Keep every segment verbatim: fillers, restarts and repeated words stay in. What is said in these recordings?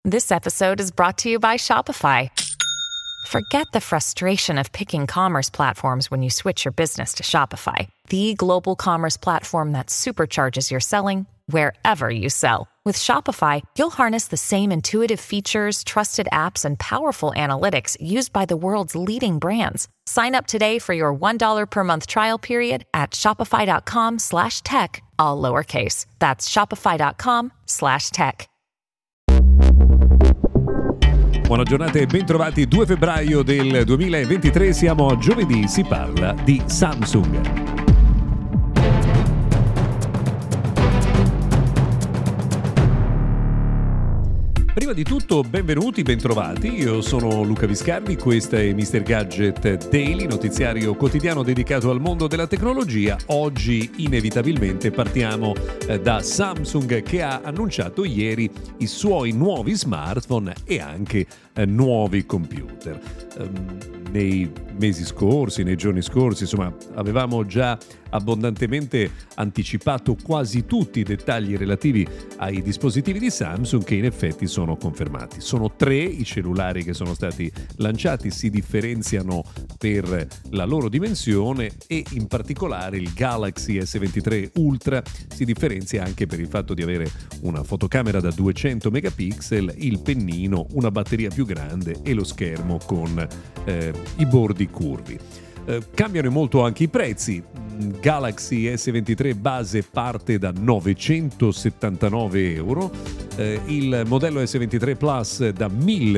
This episode is brought to you by Shopify. Forget the frustration of picking commerce platforms when you switch your business to Shopify, the global commerce platform that supercharges your selling wherever you sell. With Shopify, you'll harness the same intuitive features, trusted apps, and powerful analytics used by the world's leading brands. Sign up today for your one dollar per month trial period at shopify.com slash tech, all lowercase. That's shopify.com slash tech. Buona giornata e bentrovati. due febbraio del duemilaventitré, siamo a giovedì, si parla di Samsung. Prima di tutto, benvenuti, bentrovati. Io sono Luca Viscardi, questa è mister Gadget Daily, notiziario quotidiano dedicato al mondo della tecnologia. Oggi, inevitabilmente, partiamo eh, da Samsung, che ha annunciato ieri i suoi nuovi smartphone e anche eh, nuovi computer. Um, nei mesi scorsi, nei giorni scorsi, insomma, avevamo già abbondantemente anticipato quasi tutti i dettagli relativi ai dispositivi di Samsung, che in effetti sono confermati. Sono tre i cellulari che sono stati lanciati, si differenziano per la loro dimensione e in particolare il Galaxy S ventitré Ultra si differenzia anche per il fatto di avere una fotocamera da duecento megapixel, il pennino, una batteria più grande e lo schermo con eh, i bordi curvi. Eh, cambiano molto anche i prezzi. Galaxy S ventitré base parte da novecentosettantanove euro, eh, il modello S ventitré Plus da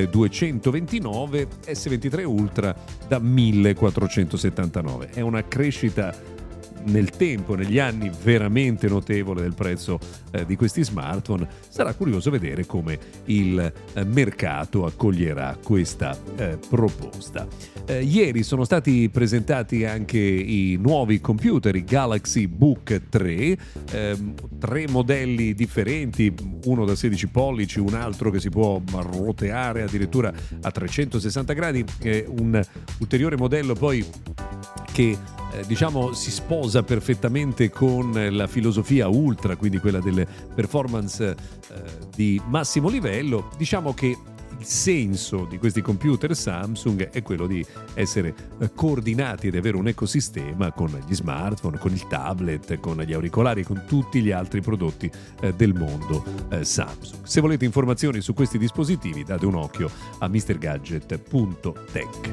milleduecentoventinove, S ventitré Ultra da millequattrocentosettantanove. È una crescita nel tempo, negli anni, veramente notevole del prezzo eh, di questi smartphone. Sarà curioso vedere come il eh, mercato accoglierà questa eh, proposta. Eh, ieri sono stati presentati anche i nuovi computer, i Galaxy Book tre, ehm, tre modelli differenti, uno da sedici pollici, un altro che si può roteare addirittura a trecentosessanta gradi, e un ulteriore modello poi che Eh, diciamo si sposa perfettamente con la filosofia Ultra, quindi quella delle performance eh, di massimo livello. Diciamo che il senso di questi computer Samsung è quello di essere eh, coordinati ed avere un ecosistema con gli smartphone, con il tablet, con gli auricolari, con tutti gli altri prodotti eh, del mondo eh, Samsung. Se volete informazioni su questi dispositivi, date un occhio a mister gadget punto tech.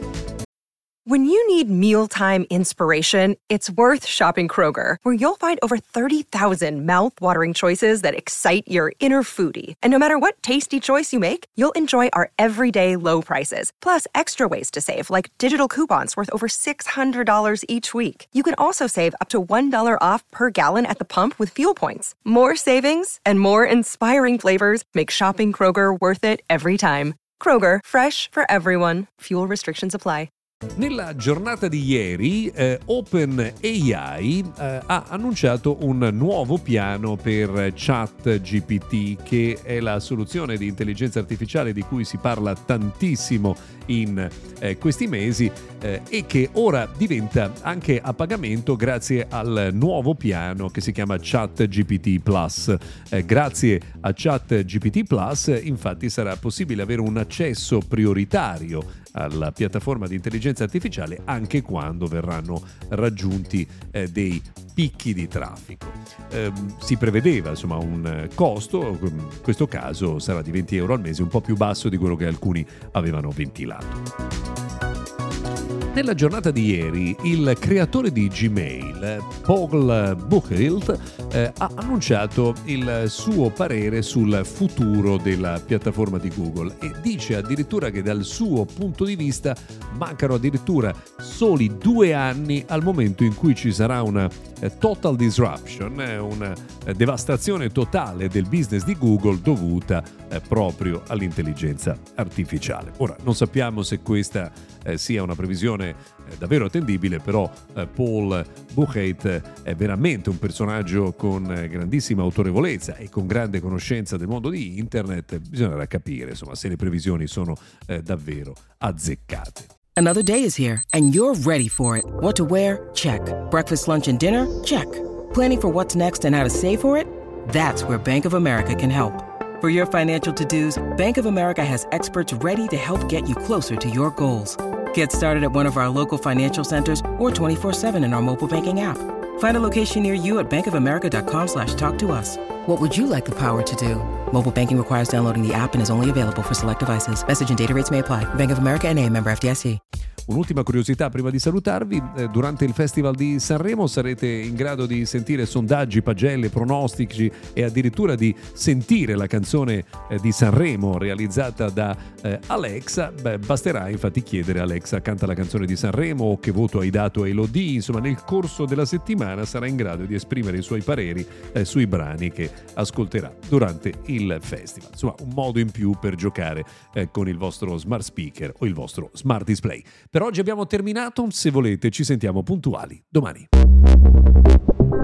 When you need mealtime inspiration, it's worth shopping Kroger, where you'll find over thirty thousand mouth-watering choices that excite your inner foodie. And no matter what tasty choice you make, you'll enjoy our everyday low prices, plus extra ways to save, like digital coupons worth over six hundred dollars each week. You can also save up to one dollar off per gallon at the pump with fuel points. More savings and more inspiring flavors make shopping Kroger worth it every time. Kroger, fresh for everyone. Fuel restrictions apply. Nella giornata di ieri eh, OpenAI eh, ha annunciato un nuovo piano per ChatGPT, che è la soluzione di intelligenza artificiale di cui si parla tantissimo in eh, questi mesi eh, e che ora diventa anche a pagamento grazie al nuovo piano che si chiama ChatGPT Plus. Eh, grazie a ChatGPT Plus, infatti, sarà possibile avere un accesso prioritario alla piattaforma di intelligenza artificiale anche quando verranno raggiunti eh, dei picchi di traffico. Eh, si prevedeva insomma un costo, in questo caso sarà di venti euro al mese, un po' più basso di quello che alcuni avevano ventilato. Nella giornata di ieri il creatore di Gmail, Paul Buchholz, eh, ha annunciato il suo parere sul futuro della piattaforma di Google e dice addirittura che dal suo punto di vista mancano addirittura soli due anni al momento in cui ci sarà una eh, total disruption, eh, una eh, devastazione totale del business di Google dovuta eh, proprio all'intelligenza artificiale. Ora, non sappiamo se questa eh, sia una previsione eh, davvero attendibile, però eh, Paul Buchholz è veramente un personaggio con eh, grandissima autorevolezza e con grande conoscenza del mondo di internet. Bisognerà capire insomma se le previsioni sono eh, davvero azzeccate. Another day is here and you're ready for it. What to wear? Check. Breakfast, lunch and dinner? Check. Planning for what's next and how to save for it? That's where Bank of America can help. For your financial to-dos, Bank of America has experts ready to help get you closer to your goals. Get started at one of our local financial centers or twenty-four seven in our mobile banking app. Find a location near you at bankofamerica.com slash talk to us. What would you like the power to do? Mobile banking requires downloading the app and is only available for select devices. Message and data rates may apply. Bank of America N A, member F D I C. Un'ultima curiosità prima di salutarvi: eh, durante il Festival di Sanremo sarete in grado di sentire sondaggi, pagelle, pronostici e addirittura di sentire la canzone eh, di Sanremo realizzata da eh, Alexa. Beh, basterà infatti chiedere: Alexa, canta la canzone di Sanremo, o che voto hai dato a Elodie. Insomma, nel corso della settimana sarà in grado di esprimere i suoi pareri eh, sui brani che ascolterà durante il festival. Insomma, un modo in più per giocare eh, con il vostro smart speaker o il vostro smart display. Per oggi abbiamo terminato, se volete ci sentiamo puntuali domani.